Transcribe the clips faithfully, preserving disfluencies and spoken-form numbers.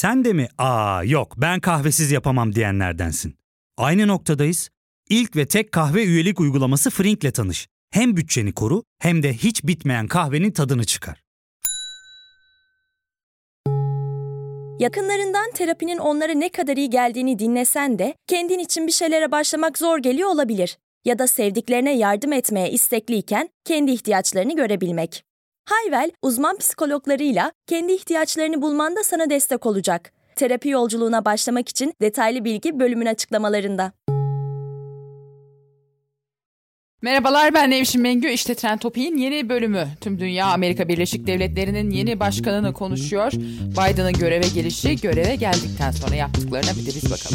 Sen de mi "Aa yok ben kahvesiz yapamam" diyenlerdensin? Aynı noktadayız. İlk ve tek kahve üyelik uygulaması Frink'le tanış. Hem bütçeni koru hem de hiç bitmeyen kahvenin tadını çıkar. Yakınlarından terapinin onlara ne kadar iyi geldiğini dinlesen de kendin için bir şeylere başlamak zor geliyor olabilir. Ya da sevdiklerine yardım etmeye istekliyken kendi ihtiyaçlarını görebilmek. Hayvel, uzman psikologlarıyla kendi ihtiyaçlarını bulmanda sana destek olacak. Terapi yolculuğuna başlamak için detaylı bilgi bölümün açıklamalarında. Merhabalar, ben Nevşin Mengü. İşte Trend Topik'in yeni bölümü. Tüm dünya Amerika Birleşik Devletleri'nin yeni başkanını konuşuyor. Biden'ın göreve gelişi, göreve geldikten sonra yaptıklarına bir de biz bakalım.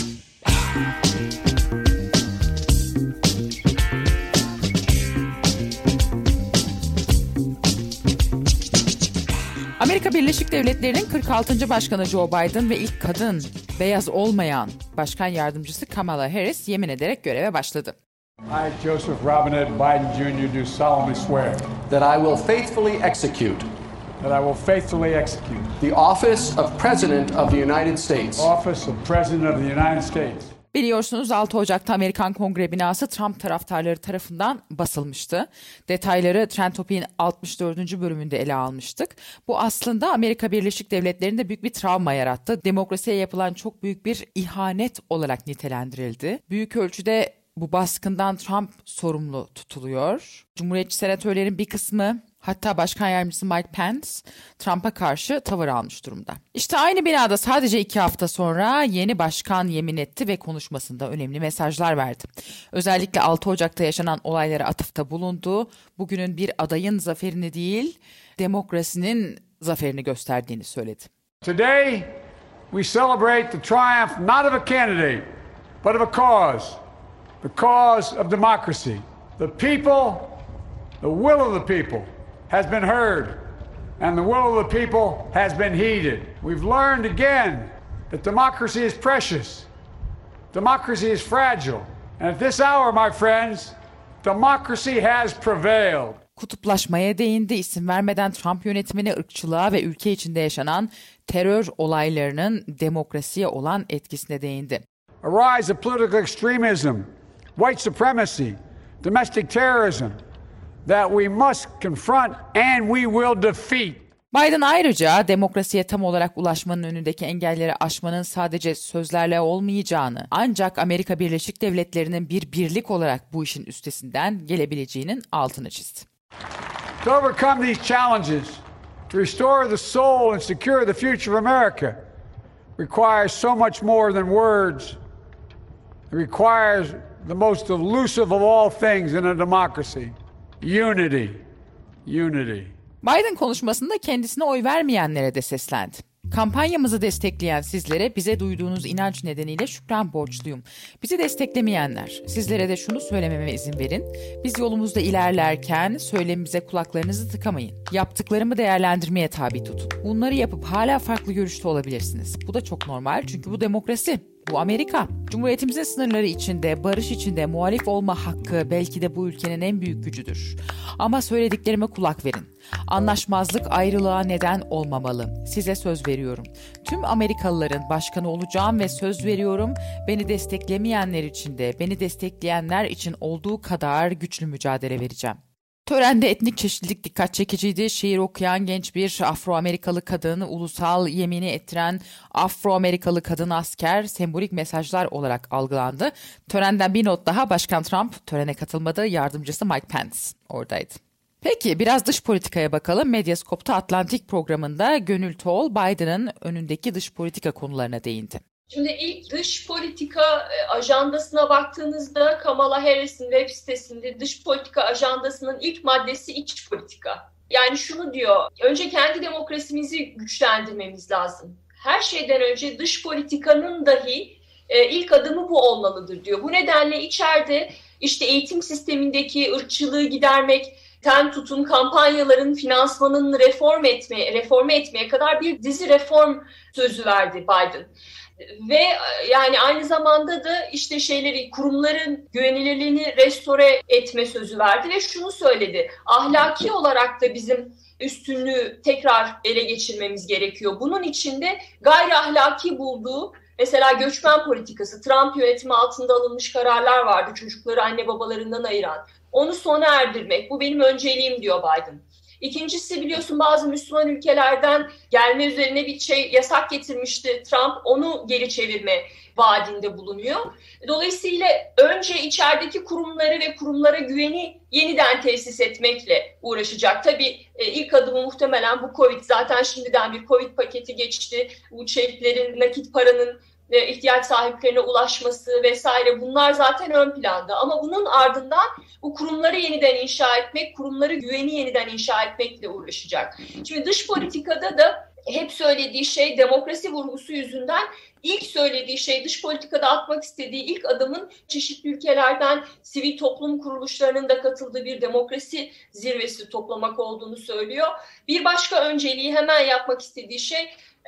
Amerika Birleşik Devletleri'nin kırk altıncı başkanı Joe Biden ve ilk kadın, beyaz olmayan başkan yardımcısı Kamala Harris yemin ederek göreve başladı. I, Joseph Robinette Biden Junior do solemnly swear that I will faithfully execute that I will faithfully execute the office of President of the United States. Office of President of the United States. Biliyorsunuz altı Ocak'ta Amerikan Kongre binası Trump taraftarları tarafından basılmıştı. Detayları Trend Topik'in altmış dördüncü bölümünde ele almıştık. Bu aslında Amerika Birleşik Devletleri'nde büyük bir travma yarattı. Demokrasiye yapılan çok büyük bir ihanet olarak nitelendirildi. Büyük ölçüde bu baskından Trump sorumlu tutuluyor. Cumhuriyetçi senatörlerin bir kısmı, hatta Başkan Yardımcısı Mike Pence, Trump'a karşı tavır almış durumda. İşte aynı binada sadece iki hafta sonra yeni başkan yemin etti ve konuşmasında önemli mesajlar verdi. Özellikle altı Ocak'ta yaşanan olaylara atıfta bulundu. Bugünün bir adayın zaferini değil, demokrasinin zaferini gösterdiğini söyledi. Today we celebrate the triumph not of a candidate, but of a cause. The cause of democracy. The people, the will of the people has been heard, and the will of the people has been heeded. We've learned again that democracy is precious. Democracy is fragile. And at this hour, my friends, democracy has prevailed. Kutuplaşmaya değindi, isim vermeden Trump yönetimine, ırkçılığa ve ülke içinde yaşanan terör olaylarının demokrasiye olan etkisine değindi. A rise of political extremism, white supremacy, domestic terrorism that we must confront and we will defeat. Biden ayrıca demokrasiye tam olarak ulaşmanın önündeki engelleri aşmanın sadece sözlerle olmayacağını, ancak Amerika Birleşik Devletleri'nin bir birlik olarak bu işin üstesinden gelebileceğinin altını çizdi. To overcome these challenges, to restore the soul and secure the future of America requires so much more than words. It requires the most elusive of all things in a democracy. Unity. Unity. Biden konuşmasında kendisine oy vermeyenlere de seslendi. Kampanyamızı destekleyen sizlere bize duyduğunuz inanç nedeniyle şükran borçluyum. Bizi desteklemeyenler, sizlere de şunu söylememe izin verin. Biz yolumuzda ilerlerken söylemimize kulaklarınızı tıkamayın. Yaptıklarımı değerlendirmeye tabi tutun. Bunları yapıp hala farklı görüşte olabilirsiniz. Bu da çok normal, çünkü bu demokrasi. Bu Amerika. Cumhuriyetimizin sınırları içinde, barış içinde muhalif olma hakkı belki de bu ülkenin en büyük gücüdür. Ama söylediklerime kulak verin. Anlaşmazlık ayrılığa neden olmamalı. Size söz veriyorum. Tüm Amerikalıların başkanı olacağım ve söz veriyorum, beni desteklemeyenler için de beni destekleyenler için olduğu kadar güçlü mücadele vereceğim. Törende etnik çeşitlilik dikkat çekiciydi. Şiir okuyan genç bir Afro-Amerikalı kadın, ulusal yemini ettiren Afro-Amerikalı kadın asker sembolik mesajlar olarak algılandı. Törenden bir not daha, Başkan Trump törene katılmadı, yardımcısı Mike Pence oradaydı. Peki biraz dış politikaya bakalım. Medyascope'ta Atlantik programında Gönül Tuğol, Biden'ın önündeki dış politika konularına değindi. Şimdi ilk dış politika ajandasına baktığınızda Kamala Harris'in web sitesinde dış politika ajandasının ilk maddesi iç politika. Yani şunu diyor, önce kendi demokrasimizi güçlendirmemiz lazım. Her şeyden önce dış politikanın dahi e, ilk adımı bu olmalıdır diyor. Bu nedenle içeride işte eğitim sistemindeki ırkçılığı gidermek, ten tutun kampanyaların finansmanını reform etmeye, reforme etmeye kadar bir dizi reform sözü verdi Biden. Ve yani aynı zamanda da işte şeyleri, kurumların güvenilirliğini restore etme sözü verdi ve şunu söyledi. Ahlaki olarak da bizim üstünlüğü tekrar ele geçirmemiz gerekiyor. Bunun için de gayri ahlaki bulduğu mesela göçmen politikası, Trump yönetimi altında alınmış kararlar vardı çocukları anne babalarından ayıran. Onu sona erdirmek, bu benim önceliğim diyor Biden. İkincisi biliyorsun bazı Müslüman ülkelerden gelme üzerine bir şey yasak getirmişti Trump. Onu geri çevirme vaadinde bulunuyor. Dolayısıyla önce içerideki kurumları ve kurumlara güveni yeniden tesis etmekle uğraşacak. Tabii ilk adımı muhtemelen bu Covid. Zaten şimdiden bir Covid paketi geçti. Bu çeklerin, nakit paranın ihtiyaç sahiplerine ulaşması vesaire bunlar zaten ön planda. Ama bunun ardından bu kurumları yeniden inşa etmek, kurumları güveni yeniden inşa etmekle uğraşacak. Şimdi dış politikada da hep söylediği şey demokrasi vurgusu yüzünden ilk söylediği şey dış politikada atmak istediği ilk adımın çeşitli ülkelerden sivil toplum kuruluşlarının da katıldığı bir demokrasi zirvesi toplamak olduğunu söylüyor. Bir başka önceliği hemen yapmak istediği şey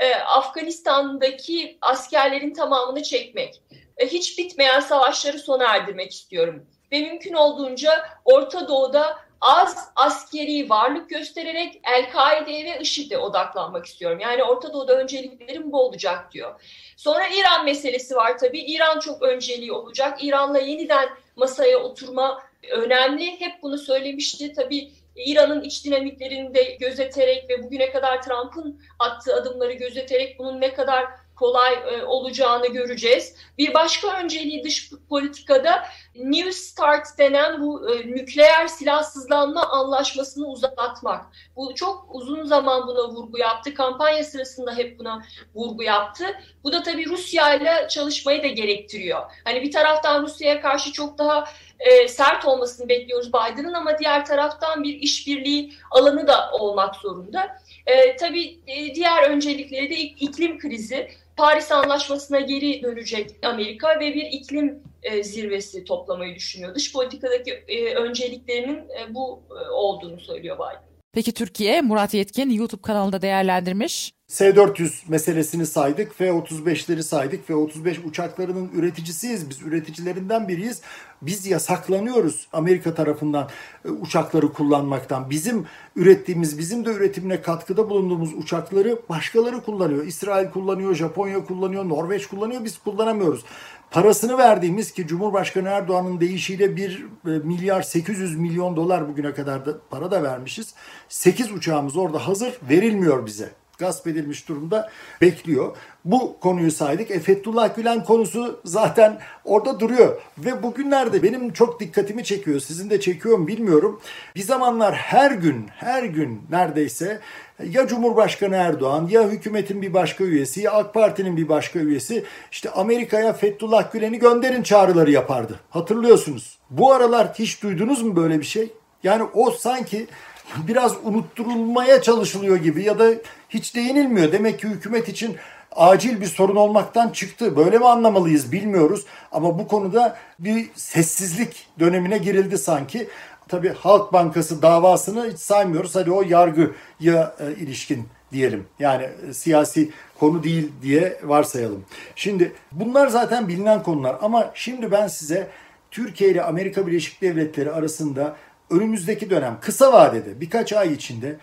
Afganistan'daki askerlerin tamamını çekmek. Hiç bitmeyen savaşları sona erdirmek istiyorum. Ve mümkün olduğunca Orta Doğu'da az askeri varlık göstererek El-Kaide'ye ve IŞİD'e odaklanmak istiyorum. Yani Orta Doğu'da önceliklerim bu olacak diyor. Sonra İran meselesi var tabii. İran çok önceliği olacak. İran'la yeniden masaya oturma önemli. Hep bunu söylemişti. Tabii İran'ın iç dinamiklerini de gözeterek ve bugüne kadar Trump'ın attığı adımları gözeterek bunun ne kadar kolay e, olacağını göreceğiz. Bir başka önceliği dış politikada New START denen bu e, nükleer silahsızlanma anlaşmasını uzatmak. Bu çok uzun zaman buna vurgu yaptı. Kampanya sırasında hep buna vurgu yaptı. Bu da tabii Rusya ile çalışmayı da gerektiriyor. Hani bir taraftan Rusya'ya karşı çok daha e, sert olmasını bekliyoruz Biden'ın ama diğer taraftan bir işbirliği alanı da olmak zorunda. E, tabii e, diğer öncelikleri de iklim krizi. Paris Anlaşması'na geri dönecek Amerika ve bir iklim e, zirvesi toplamayı düşünüyor. Dış politikadaki e, önceliklerinin e, bu e, olduğunu söylüyor Biden. Peki Türkiye, Murat Yetkin YouTube kanalında değerlendirmiş. S dört yüz meselesini saydık, F otuz beşleri saydık. F otuz beş uçaklarının üreticisiyiz. Biz üreticilerinden biriyiz. Biz yasaklanıyoruz Amerika tarafından uçakları kullanmaktan. Bizim ürettiğimiz, bizim de üretimine katkıda bulunduğumuz uçakları başkaları kullanıyor. İsrail kullanıyor, Japonya kullanıyor, Norveç kullanıyor. Biz kullanamıyoruz. Parasını verdiğimiz ki Cumhurbaşkanı Erdoğan'ın deyişiyle bir milyar sekiz yüz milyon dolar bugüne kadar da para da vermişiz. sekiz uçağımız orada hazır, verilmiyor bize. Gasp edilmiş durumda bekliyor. Bu konuyu saydık. E, Fethullah Gülen konusu zaten orada duruyor. Ve bugünlerde benim çok dikkatimi çekiyor. Sizin de çekiyor mu bilmiyorum. Bir zamanlar her gün, her gün neredeyse ya Cumhurbaşkanı Erdoğan ya hükümetin bir başka üyesi ya AK Parti'nin bir başka üyesi işte Amerika'ya Fethullah Gülen'i gönderin çağrıları yapardı. Hatırlıyorsunuz. Bu aralar hiç duydunuz mu böyle bir şey? Yani o sanki biraz unutturulmaya çalışılıyor gibi ya da hiç değinilmiyor. Demek ki hükümet için acil bir sorun olmaktan çıktı. Böyle mi anlamalıyız bilmiyoruz. Ama bu konuda bir sessizlik dönemine girildi sanki. Tabii Halk Bankası davasını hiç saymıyoruz. Hadi o yargıya e, ilişkin diyelim. Yani e, siyasi konu değil diye varsayalım. Şimdi bunlar zaten bilinen konular. Ama şimdi ben size Türkiye ile Amerika Birleşik Devletleri arasında önümüzdeki dönem kısa vadede birkaç ay içinde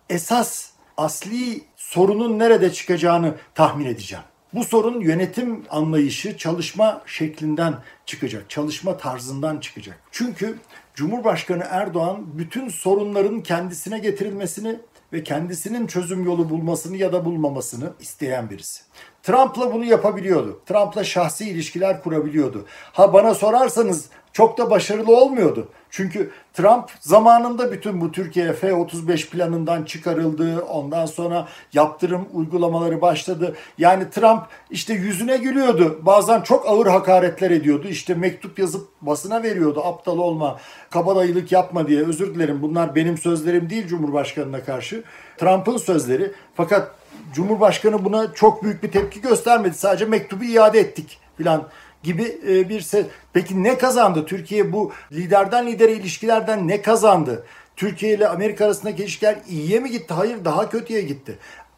esas asli sorunun nerede çıkacağını tahmin edeceğim. Bu sorun yönetim anlayışı, çalışma şeklinden çıkacak, çalışma tarzından çıkacak. Çünkü Cumhurbaşkanı Erdoğan bütün sorunların kendisine getirilmesini ve kendisinin çözüm yolu bulmasını ya da bulmamasını isteyen birisi. Trump'la bunu yapabiliyordu. Trump'la şahsi ilişkiler kurabiliyordu. Ha bana sorarsanız çok da başarılı olmuyordu. Çünkü Trump zamanında bütün bu Türkiye F otuz beş planından çıkarıldı. Ondan sonra yaptırım uygulamaları başladı. Yani Trump işte yüzüne gülüyordu. Bazen çok ağır hakaretler ediyordu. İşte mektup yazıp basına veriyordu. Aptal olma, kabadayılık yapma diye. Özür dilerim, bunlar benim sözlerim değil Cumhurbaşkanı'na karşı. Trump'ın sözleri. Fakat Cumhurbaşkanı buna çok büyük bir tepki göstermedi. Sadece mektubu iade ettik falan gibi bir ses. Peki ne kazandı? Türkiye bu liderden lidere ilişkilerden ne kazandı? Türkiye ile Amerika arasındaki ilişkiler iyiye mi gitti? Hayır, daha kötüye gitti.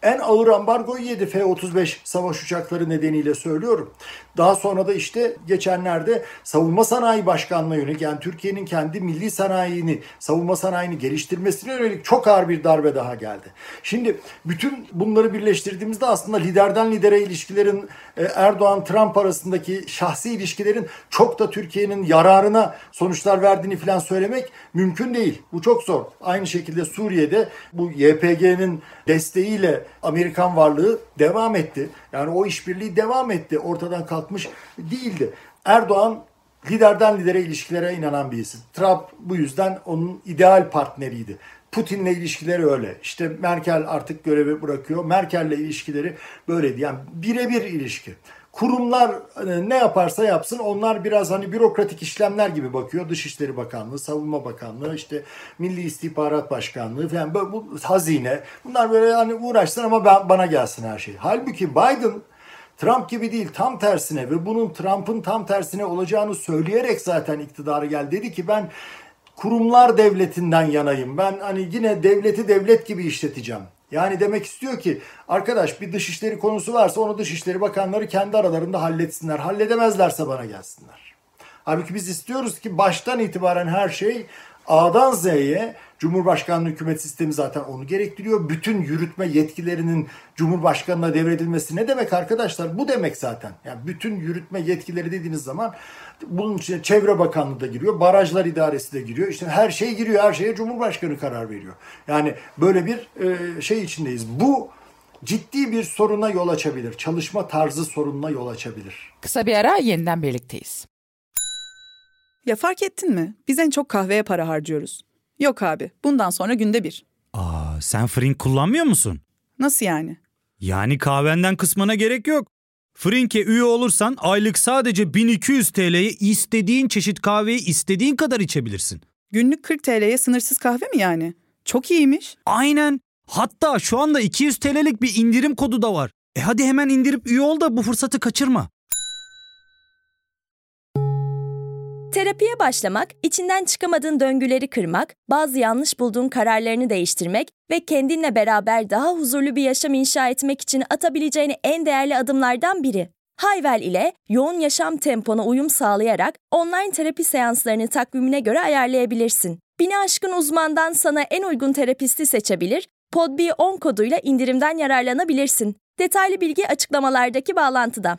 en ağır ambargoyu yedi F otuz beş savaş uçakları nedeniyle söylüyorum. Daha sonra da işte geçenlerde Savunma Sanayi Başkanlığı'na yönelik, yani Türkiye'nin kendi milli sanayini, savunma sanayini geliştirmesine yönelik çok ağır bir darbe daha geldi. Şimdi bütün bunları birleştirdiğimizde aslında liderden lidere ilişkilerin, Erdoğan-Trump arasındaki şahsi ilişkilerin çok da Türkiye'nin yararına sonuçlar verdiğini falan söylemek mümkün değil. Bu çok zor. Aynı şekilde Suriye'de bu Y P G'nin desteğiyle Amerikan varlığı devam etti. Yani o işbirliği devam etti. Ortadan kalkmış değildi. Erdoğan liderden lidere ilişkilere inanan bir isim. Trump bu yüzden onun ideal partneriydi. Putin'le ilişkileri öyle. İşte Merkel artık görevi bırakıyor. Merkel'le ilişkileri böyleydi. Yani birebir ilişki. Kurumlar ne yaparsa yapsın onlar biraz hani bürokratik işlemler gibi bakıyor. Dışişleri Bakanlığı, Savunma Bakanlığı, işte Milli İstihbarat Başkanlığı falan, böyle bu hazine. Bunlar böyle hani uğraşsın ama ben, bana gelsin her şey. Halbuki Biden Trump gibi değil, tam tersine ve bunun Trump'ın tam tersine olacağını söyleyerek zaten iktidara geldi. Dedi ki ben kurumlar devletinden yanayım. Ben hani yine devleti devlet gibi işleteceğim. Yani demek istiyor ki arkadaş bir dışişleri konusu varsa onu Dışişleri Bakanları kendi aralarında halletsinler. Halledemezlerse bana gelsinler. Halbuki biz istiyoruz ki baştan itibaren her şey A'dan Z'ye, Cumhurbaşkanlığı hükümet sistemi zaten onu gerektiriyor. Bütün yürütme yetkilerinin Cumhurbaşkanına devredilmesi ne demek arkadaşlar? Bu demek zaten. Yani bütün yürütme yetkileri dediğiniz zaman bunun içine Çevre Bakanlığı da giriyor, Barajlar İdaresi de giriyor. İşte her şey giriyor, her şeye Cumhurbaşkanı karar veriyor. Yani böyle bir şey içindeyiz. Bu ciddi bir soruna yol açabilir. Çalışma tarzı sorununa yol açabilir. Kısa bir ara, yeniden birlikteyiz. Ya fark ettin mi? Biz en çok kahveye para harcıyoruz. Yok abi, bundan sonra günde bir. Aa, sen Frink kullanmıyor musun? Nasıl yani? Yani kahvenden kısmına gerek yok. Frink'e üye olursan aylık sadece bin iki yüz T L'ye istediğin çeşit kahveyi istediğin kadar içebilirsin. Günlük kırk T L'ye sınırsız kahve mi yani? Çok iyiymiş. Aynen. Hatta şu anda iki yüz T L'lik bir indirim kodu da var. E hadi hemen indirip üye ol da bu fırsatı kaçırma. Terapiye başlamak, içinden çıkamadığın döngüleri kırmak, bazı yanlış bulduğun kararlarını değiştirmek ve kendinle beraber daha huzurlu bir yaşam inşa etmek için atabileceğin en değerli adımlardan biri. Hayvel ile yoğun yaşam tempona uyum sağlayarak online terapi seanslarını takvimine göre ayarlayabilirsin. Bini aşkın uzmandan sana en uygun terapisti seçebilir, Pod B on koduyla indirimden yararlanabilirsin. Detaylı bilgi açıklamalardaki bağlantıda.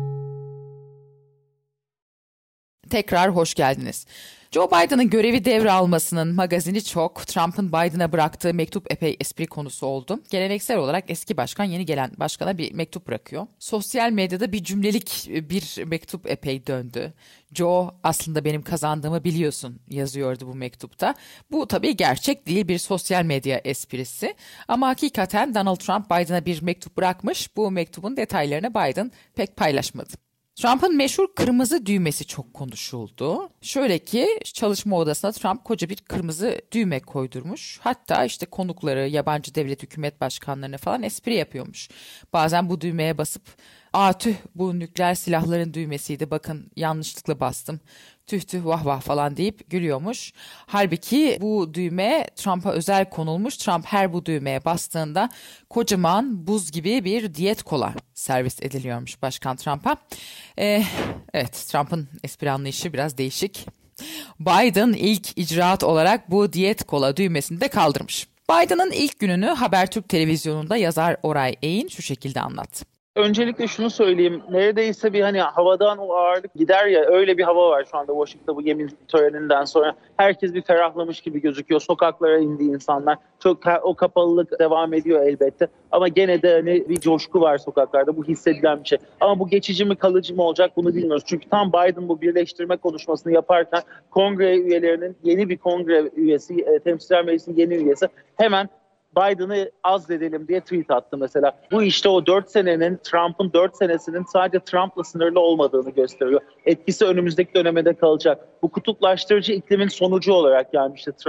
Tekrar hoş geldiniz. Joe Biden'ın görevi devralmasının magazini çok, Trump'ın Biden'a bıraktığı mektup epey espri konusu oldu. Geleneksel olarak eski başkan yeni gelen başkana bir mektup bırakıyor. Sosyal medyada bir cümlelik bir mektup epey döndü. Joe, aslında benim kazandığımı biliyorsun yazıyordu bu mektupta. Bu tabii gerçek değil, bir sosyal medya esprisi. Ama hakikaten Donald Trump Biden'a bir mektup bırakmış. Bu mektubun detaylarını Biden pek paylaşmadı. Trump'ın meşhur kırmızı düğmesi çok konuşuldu. Şöyle ki çalışma odasına Trump koca bir kırmızı düğme koydurmuş. Hatta işte konukları, yabancı devlet hükümet başkanlarına falan espri yapıyormuş. Bazen bu düğmeye basıp "Aa tüh, bu nükleer silahların düğmesiydi, bakın yanlışlıkla bastım. Tüh tüh vah vah" falan deyip gülüyormuş. Halbuki bu düğme Trump'a özel konulmuş. Trump her bu düğmeye bastığında kocaman buz gibi bir diyet kola servis ediliyormuş Başkan Trump'a. Ee, evet, Trump'ın espri anlayışı biraz değişik. Biden ilk icraat olarak bu diyet kola düğmesini de kaldırmış. Biden'ın ilk gününü Habertürk televizyonunda yazar Oray Eğin şu şekilde anlattı. Öncelikle şunu söyleyeyim. Neredeyse bir hani havadan o ağırlık gider ya, öyle bir hava var şu anda Washington'da bu yemin töreninden sonra. Herkes bir ferahlamış gibi gözüküyor. Sokaklara indi insanlar. Çok o kapalılık devam ediyor elbette. Ama gene de hani bir coşku var sokaklarda. Bu hissedilen bir şey. Ama bu geçici mi kalıcı mı olacak bunu bilmiyoruz. Çünkü tam Biden bu birleştirme konuşmasını yaparken kongre üyelerinin yeni bir kongre üyesi, Temsilciler Meclisi'nin yeni üyesi hemen Biden'ı azledelim diye tweet attı mesela. Bu işte o dört senenin, Trump'ın dört senesinin sadece Trump'la sınırlı olmadığını gösteriyor. Etkisi önümüzdeki dönemde kalacak. Bu kutuplaştırıcı iklimin sonucu olarak gelmişti Trump.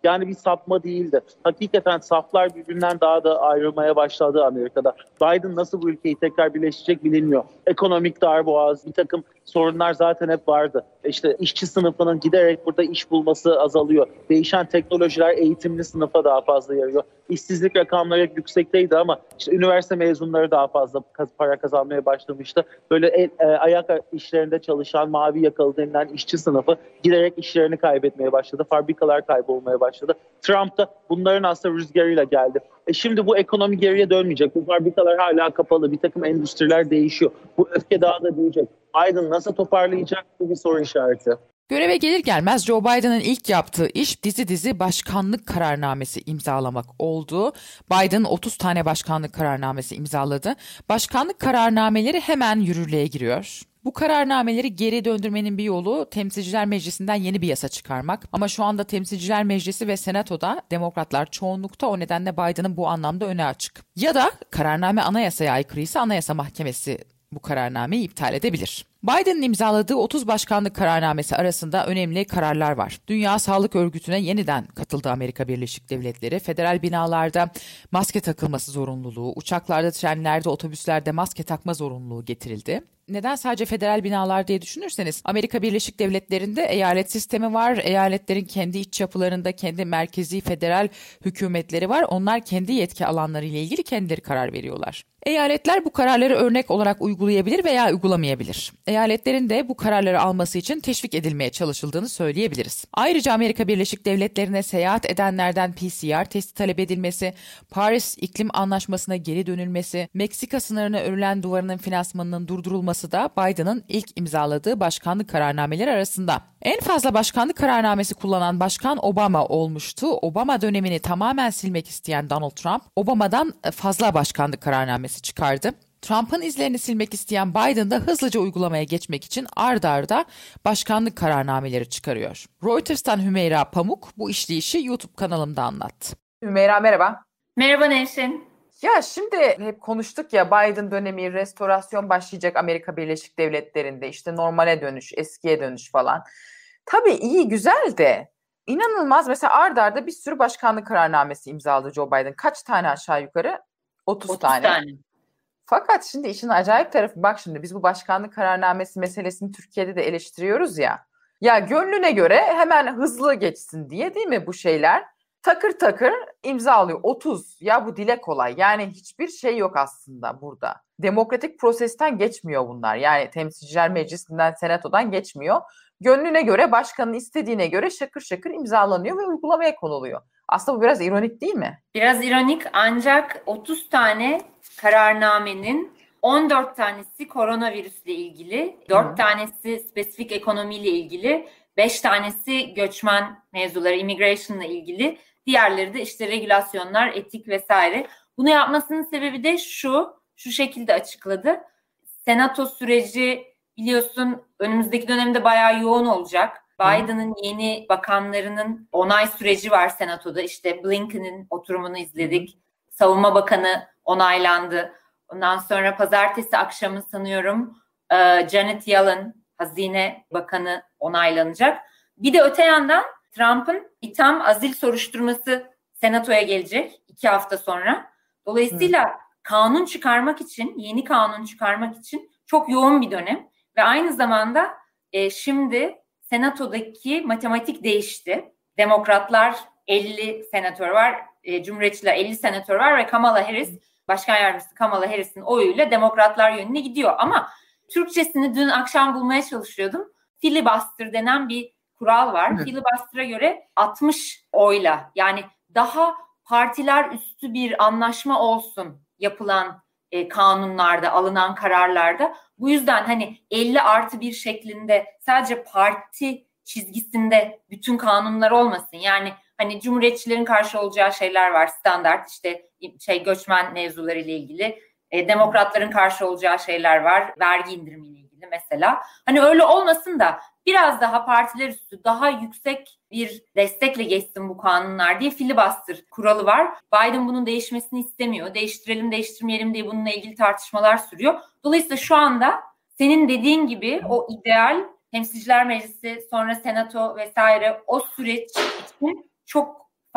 Yani bir sapma değildi. Hakikaten saflar birbirinden daha da ayrılmaya başladı Amerika'da. Biden nasıl bu ülkeyi tekrar birleştirecek bilinmiyor. Ekonomik darboğaz, bir takım sorunlar zaten hep vardı. İşte işçi sınıfının giderek burada iş bulması azalıyor. Değişen teknolojiler eğitimli sınıfa daha fazla yarıyor. İşsizlik rakamları hep yüksekteydi ama işte üniversite mezunları daha fazla para kazanmaya başlamıştı. Böyle el, e, ayak işlerinde çalışan mavi yakalı denilen işçi sınıfı giderek işlerini kaybetmeye başladı. Fabrikalar kaybolmaya başladı. Trump da bunların aslında rüzgarıyla geldi. E şimdi bu ekonomi geriye dönmeyecek. Bu fabrikalar hala kapalı. Bir takım endüstriler değişiyor. Bu öfke daha da büyüyecek. Biden nasıl toparlayacak? Bu bir soru işareti. Göreve gelir gelmez Joe Biden'ın ilk yaptığı iş dizi dizi başkanlık kararnamesi imzalamak oldu. Biden otuz tane başkanlık kararnamesi imzaladı. Başkanlık kararnameleri hemen yürürlüğe giriyor. Bu kararnameleri geri döndürmenin bir yolu Temsilciler Meclisi'nden yeni bir yasa çıkarmak. Ama şu anda Temsilciler Meclisi ve Senato'da Demokratlar çoğunlukta, o nedenle Biden'ın bu anlamda öne açık. Ya da kararname anayasaya aykırıysa Anayasa Mahkemesi bu kararnameyi iptal edebilir. Biden'ın imzaladığı otuz başkanlık kararnamesi arasında önemli kararlar var. Dünya Sağlık Örgütü'ne yeniden katıldı Amerika Birleşik Devletleri. Federal binalarda maske takılması zorunluluğu, uçaklarda, trenlerde, otobüslerde maske takma zorunluluğu getirildi. Neden sadece federal binalar diye düşünürseniz, Amerika Birleşik Devletleri'nde eyalet sistemi var. Eyaletlerin kendi iç yapılarında kendi merkezi federal hükümetleri var. Onlar kendi yetki alanları ile ilgili kendileri karar veriyorlar. Eyaletler bu kararları örnek olarak uygulayabilir veya uygulamayabilir. Eyaletlerin de bu kararları alması için teşvik edilmeye çalışıldığını söyleyebiliriz. Ayrıca Amerika Birleşik Devletleri'ne seyahat edenlerden P C R testi talep edilmesi, Paris İklim Anlaşması'na geri dönülmesi, Meksika sınırına örülen duvarının finansmanının durdurulması da Biden'ın ilk imzaladığı başkanlık kararnameleri arasında. En fazla başkanlık kararnamesi kullanan başkan Obama olmuştu. Obama dönemini tamamen silmek isteyen Donald Trump, Obama'dan fazla başkanlık kararnamesi çıkardı. Trump'ın izlerini silmek isteyen Biden da hızlıca uygulamaya geçmek için ard arda başkanlık kararnameleri çıkarıyor. Reuters'tan Hümeyra Pamuk bu işleyişi YouTube kanalımda anlattı. Hümeyra merhaba. Merhaba Nevşin. Ya şimdi hep konuştuk ya, Biden dönemi, restorasyon başlayacak Amerika Birleşik Devletleri'nde, işte normale dönüş, eskiye dönüş falan. Tabii iyi, güzel de inanılmaz, mesela ard arda bir sürü başkanlık kararnamesi imzaladı Joe Biden. Kaç tane aşağı yukarı? otuz, otuz tane. tane. Fakat şimdi işin acayip tarafı, bak şimdi biz bu başkanlık kararnamesi meselesini Türkiye'de de eleştiriyoruz ya. Ya gönlüne göre hemen hızlı geçsin diye, değil mi bu şeyler? Takır takır imzalıyor. otuz. Ya bu dile kolay. Yani hiçbir şey yok aslında burada. Demokratik prosesten geçmiyor bunlar. Yani Temsilciler Meclisi'nden, Senato'dan geçmiyor. Gönlüne göre, başkanın istediğine göre şakır şakır imzalanıyor ve uygulamaya konuluyor. Aslında bu biraz ironik değil mi? Biraz ironik, ancak otuz tane kararnamenin on dört tanesi koronavirüsle ilgili, dört Hı. tanesi spesifik ekonomiyle ilgili, beş tanesi göçmen mevzuları, immigration'la ilgili, diğerleri de işte regülasyonlar, etik vesaire. Bunu yapmasının sebebi de şu, şu şekilde açıkladı. Senato süreci biliyorsun önümüzdeki dönemde bayağı yoğun olacak. Biden'ın yeni bakanlarının onay süreci var Senato'da. İşte Blinken'in oturumunu izledik. Savunma Bakanı onaylandı. Ondan sonra pazartesi akşamı sanıyorum Janet Yellen, Hazine Bakanı onaylanacak. Bir de öte yandan Trump'ın itham azil soruşturması Senato'ya gelecek iki hafta sonra. Dolayısıyla Hı. kanun çıkarmak için, yeni kanun çıkarmak için çok yoğun bir dönem. Ve aynı zamanda e, şimdi Senato'daki matematik değişti. Demokratlar elli senatör var, e, Cumhuriyetçiler elli senatör var ve Kamala Harris, Başkan Yardımcısı Kamala Harris'in oyuyla Demokratlar yönüne gidiyor. Ama Türkçesini dün akşam bulmaya çalışıyordum. Filibuster denen bir kural var. Evet. Filibuster'a göre altmış oyla, yani daha partiler üstü bir anlaşma olsun yapılan e, kanunlarda, alınan kararlarda. Bu yüzden hani elli artı bir şeklinde sadece parti çizgisinde bütün kanunlar olmasın. Yani hani Cumhuriyetçilerin karşı olacağı şeyler var, standart işte şey göçmen mevzuları ile ilgili. E, Demokratların karşı olacağı şeyler var, vergi indirimiyle ilgili mesela. Hani öyle olmasın da biraz daha partiler üstü, daha yüksek bir destekle geçsin bu kanunlar diye filibuster kuralı var. Biden bunun değişmesini istemiyor. Değiştirelim, değiştirmeyelim diye bununla ilgili tartışmalar sürüyor. Dolayısıyla şu anda senin dediğin gibi o ideal Temsilciler Meclisi, sonra Senato vesaire, o süreç için çok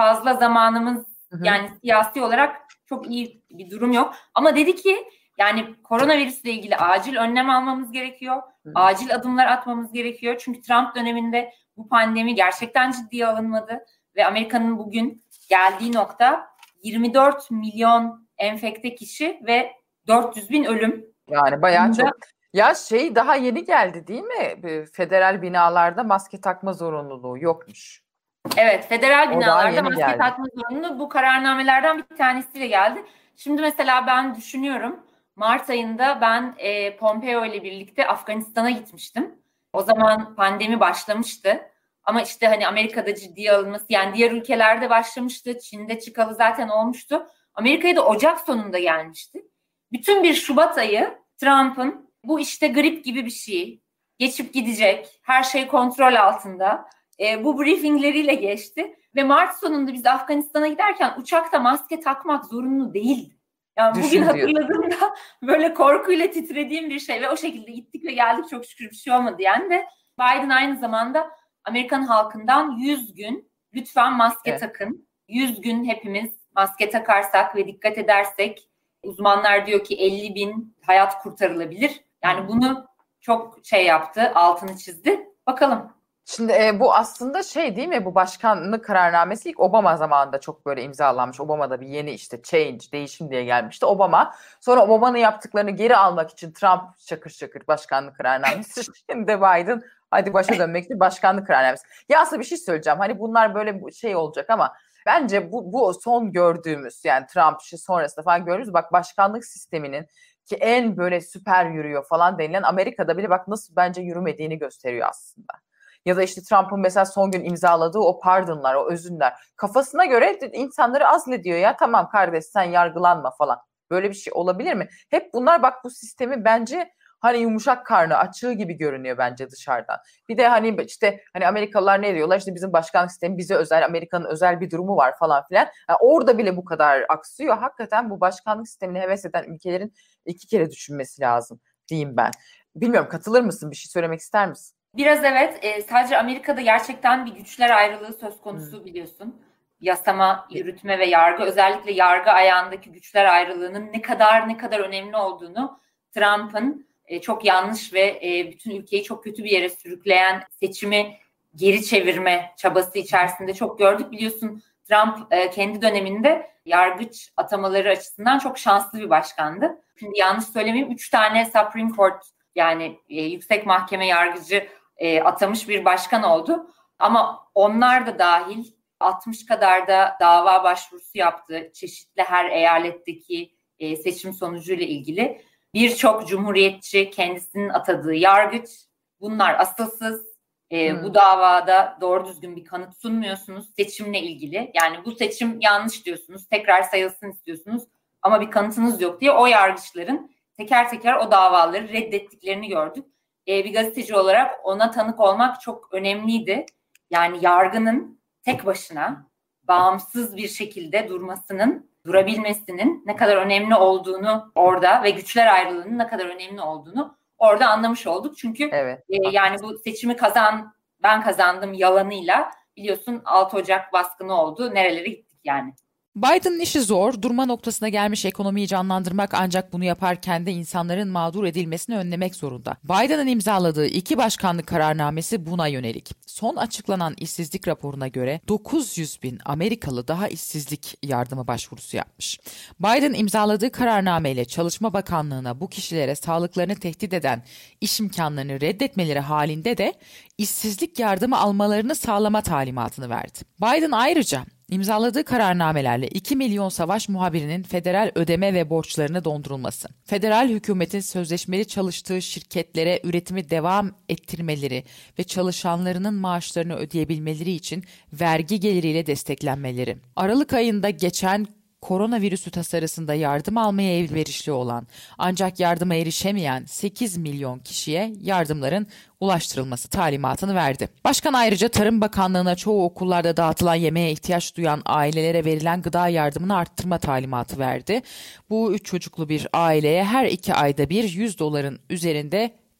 fazla zamanımız Hı hı. yani siyasi olarak çok iyi bir durum yok. Ama dedi ki yani koronavirüsle ilgili acil önlem almamız gerekiyor. Hı. Acil adımlar atmamız gerekiyor. Çünkü Trump döneminde bu pandemi gerçekten ciddiye alınmadı. Ve Amerika'nın bugün geldiği nokta yirmi dört milyon enfekte kişi ve dört yüz bin ölüm. Yani bayağı Bunda- çok. Ya şey daha yeni geldi değil mi? Bir federal binalarda maske takma zorunluluğu yokmuş. Evet, federal O daha binalarda yeni maske geldi. takma zorunlu bu kararnamelerden bir tanesiyle geldi. Şimdi mesela ben düşünüyorum, Mart ayında ben e, Pompeo ile birlikte Afganistan'a gitmiştim. O zaman pandemi başlamıştı. Ama işte hani Amerika'da ciddiye alınması, yani diğer ülkelerde başlamıştı. Çin'de çıkalı zaten olmuştu. Amerika'ya da Ocak sonunda gelmişti. Bütün bir Şubat ayı Trump'ın bu işte grip gibi bir şey, geçip gidecek, her şey kontrol altında. E, bu briefingleriyle geçti ve Mart sonunda biz Afganistan'a giderken uçakta maske takmak zorunlu değildi. Yani Düşün bugün diyor. hatırladığımda böyle korkuyla titrediğim bir şey ve o şekilde gittik ve geldik, çok şükür bir şey olmadı yani. Ve Biden aynı zamanda Amerikan halkından yüz gün lütfen maske Evet. takın. yüz gün hepimiz maske takarsak ve dikkat edersek, uzmanlar diyor ki elli bin hayat kurtarılabilir. Yani bunu çok şey yaptı, altını çizdi. Bakalım. Şimdi e, bu aslında şey değil mi, bu başkanlık kararnamesi ilk Obama zamanında çok böyle imzalanmış. Obama'da bir yeni işte change, değişim diye gelmişti Obama. Sonra Obama'nın yaptıklarını geri almak için Trump şakır şakır başkanlık kararnamesi. Şimdi de Biden hadi başa dönmek için başkanlık kararnamesi. Ya aslında bir şey söyleyeceğim, hani bunlar böyle bu şey olacak ama bence bu, bu son gördüğümüz, yani Trump işi sonrasında falan gördüğümüz, bak başkanlık sisteminin ki en böyle süper yürüyor falan denilen Amerika'da bile bak nasıl bence yürümediğini gösteriyor aslında. Ya da işte Trump'ın mesela son gün imzaladığı o pardonlar, o özürler. Kafasına göre insanları azlediyor ya. Tamam kardeş sen yargılanma falan. Böyle bir şey olabilir mi? Hep bunlar bak bu sistemi bence hani yumuşak karnı açığı gibi görünüyor bence dışarıdan. Bir de hani işte hani Amerikalılar ne diyorlar? İşte bizim başkanlık sistemi bize özel, Amerika'nın özel bir durumu var falan filan. Yani orada bile bu kadar aksıyor. Hakikaten bu başkanlık sistemini heves eden ülkelerin iki kere düşünmesi lazım diyeyim ben. Bilmiyorum, katılır mısın? Bir şey söylemek ister misin? Biraz evet. E, sadece Amerika'da gerçekten bir güçler ayrılığı söz konusu hmm. biliyorsun. Yasama, yürütme ve yargı, özellikle yargı ayağındaki güçler ayrılığının ne kadar ne kadar önemli olduğunu Trump'ın e, çok yanlış ve e, bütün ülkeyi çok kötü bir yere sürükleyen seçimi geri çevirme çabası içerisinde çok gördük. Biliyorsun Trump e, kendi döneminde yargıç atamaları açısından çok şanslı bir başkandı. Şimdi yanlış söylemeyeyim, üç tane Supreme Court, yani e, yüksek mahkeme yargıcı e, atamış bir başkan oldu. Ama onlar da dahil altmış kadar da dava başvurusu yaptı. Çeşitli her eyaletteki e, seçim sonucuyla ilgili. Birçok cumhuriyetçi kendisinin atadığı yargıç, bunlar asılsız. E, hmm. Bu davada doğru düzgün bir kanıt sunmuyorsunuz seçimle ilgili. Yani bu seçim yanlış diyorsunuz, tekrar sayılsın istiyorsunuz ama bir kanıtınız yok diye o yargıçların teker teker o davaları reddettiklerini gördük. Ee, bir gazeteci olarak ona tanık olmak çok önemliydi. Yani yargının tek başına bağımsız bir şekilde durmasının, durabilmesinin ne kadar önemli olduğunu orada ve güçler ayrılığının ne kadar önemli olduğunu orada anlamış olduk. Çünkü evet, e, yani bu seçimi kazan, ben kazandım yalanıyla biliyorsun altı Ocak baskını oldu. Nerelere gittik yani. Biden'ın işi zor, durma noktasına gelmiş ekonomiyi canlandırmak, ancak bunu yaparken de insanların mağdur edilmesini önlemek zorunda. Biden'ın imzaladığı iki başkanlık kararnamesi buna yönelik. Son açıklanan işsizlik raporuna göre dokuz yüz bin Amerikalı daha işsizlik yardımı başvurusu yapmış. Biden imzaladığı kararnameyle Çalışma Bakanlığı'na bu kişilere sağlıklarını tehdit eden iş imkanlarını reddetmeleri halinde de işsizlik yardımı almalarını sağlama talimatını verdi. Biden ayrıca İmzaladığı kararnamelerle iki milyon savaş muhabirinin federal ödeme ve borçlarını dondurulması, federal hükümetin sözleşmeli çalıştığı şirketlere üretimi devam ettirmeleri ve çalışanlarının maaşlarını ödeyebilmeleri için vergi geliriyle desteklenmeleri, Aralık ayında geçen koronavirüsü tasarısında yardım almaya elverişli olan ancak yardıma erişemeyen sekiz milyon kişiye yardımların ulaştırılması talimatını verdi. Başkan ayrıca Tarım Bakanlığı'na çoğu okullarda dağıtılan yemeğe ihtiyaç duyan ailelere verilen gıda yardımını arttırma talimatı verdi. Bu üç çocuklu bir aileye her iki ayda bir yüz doların üzerinde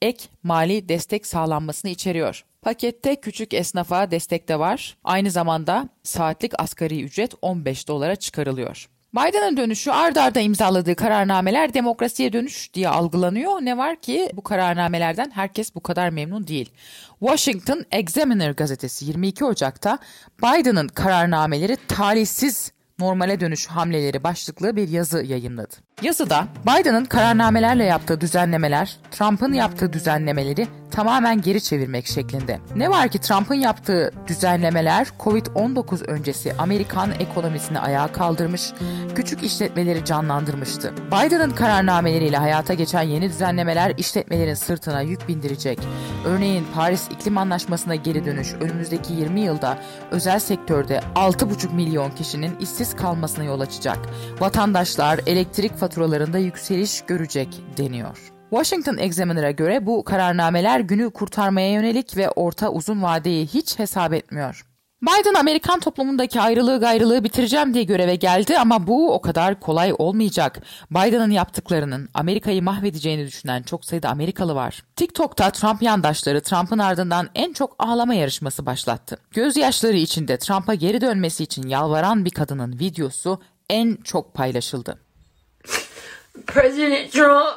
ek mali destek sağlanmasını içeriyor. Pakette küçük esnafa destek de var. Aynı zamanda saatlik asgari ücret on beş dolara çıkarılıyor. Biden'ın dönüşü ard arda imzaladığı kararnameler demokrasiye dönüş diye algılanıyor. Ne var ki bu kararnamelerden herkes bu kadar memnun değil. Washington Examiner gazetesi yirmi iki Ocak'ta Biden'ın kararnameleri talihsiz normale dönüş hamleleri başlıklı bir yazı yayınladı. Yazıda Biden'ın kararnamelerle yaptığı düzenlemeler, Trump'ın yaptığı düzenlemeleri tamamen geri çevirmek şeklinde. Ne var ki Trump'ın yaptığı düzenlemeler kovid on dokuz öncesi Amerikan ekonomisini ayağa kaldırmış, küçük işletmeleri canlandırmıştı. Biden'ın kararnameleriyle hayata geçen yeni düzenlemeler işletmelerin sırtına yük bindirecek. Örneğin Paris İklim Anlaşması'na geri dönüş önümüzdeki yirmi yılda özel sektörde altı buçuk milyon kişinin işsiz kalmasına yol açacak. Vatandaşlar elektrik faturalarında yükseliş görecek deniyor. Washington Examiner'a göre bu kararnameler günü kurtarmaya yönelik ve orta uzun vadeyi hiç hesap etmiyor. Biden Amerikan toplumundaki ayrılığı gayrılığı bitireceğim diye göreve geldi ama bu o kadar kolay olmayacak. Biden'ın yaptıklarının Amerika'yı mahvedeceğini düşünen çok sayıda Amerikalı var. TikTok'ta Trump yandaşları Trump'ın ardından en çok ağlama yarışması başlattı. Gözyaşları içinde Trump'a geri dönmesi için yalvaran bir kadının videosu en çok paylaşıldı. President Trump,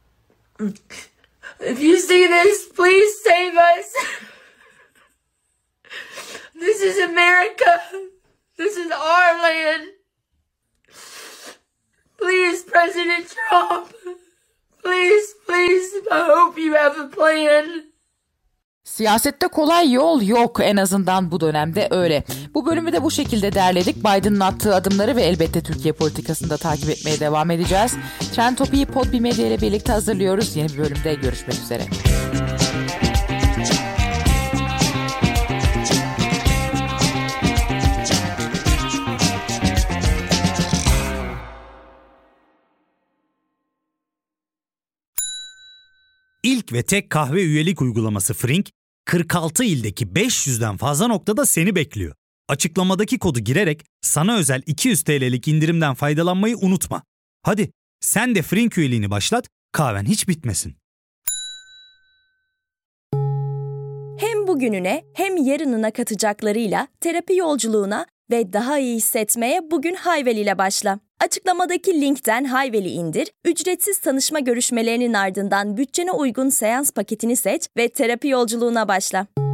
if you see this, please save us. This is America. This is our land. Please, President Trump. Please, please, I hope you have a plan. Siyasette kolay yol yok, en azından bu dönemde öyle. Bu bölümü de bu şekilde derledik. Biden'ın attığı adımları ve elbette Türkiye politikasını da takip etmeye devam edeceğiz. Trend Topi'yi Podbi Medya ile birlikte hazırlıyoruz. Yeni bir bölümde görüşmek üzere. İlk ve tek kahve üyelik uygulaması Frink, kırk altı ildeki beş yüzden fazla noktada seni bekliyor. Açıklamadaki kodu girerek sana özel iki yüz TL'lik indirimden faydalanmayı unutma. Hadi sen de Frink üyeliğini başlat, kahven hiç bitmesin. Hem bugününe hem yarınına katacaklarıyla terapi yolculuğuna ve daha iyi hissetmeye bugün Hayvel ile başla. Açıklamadaki linkten Hayvel'i indir, ücretsiz tanışma görüşmelerinin ardından bütçene uygun seans paketini seç ve terapi yolculuğuna başla.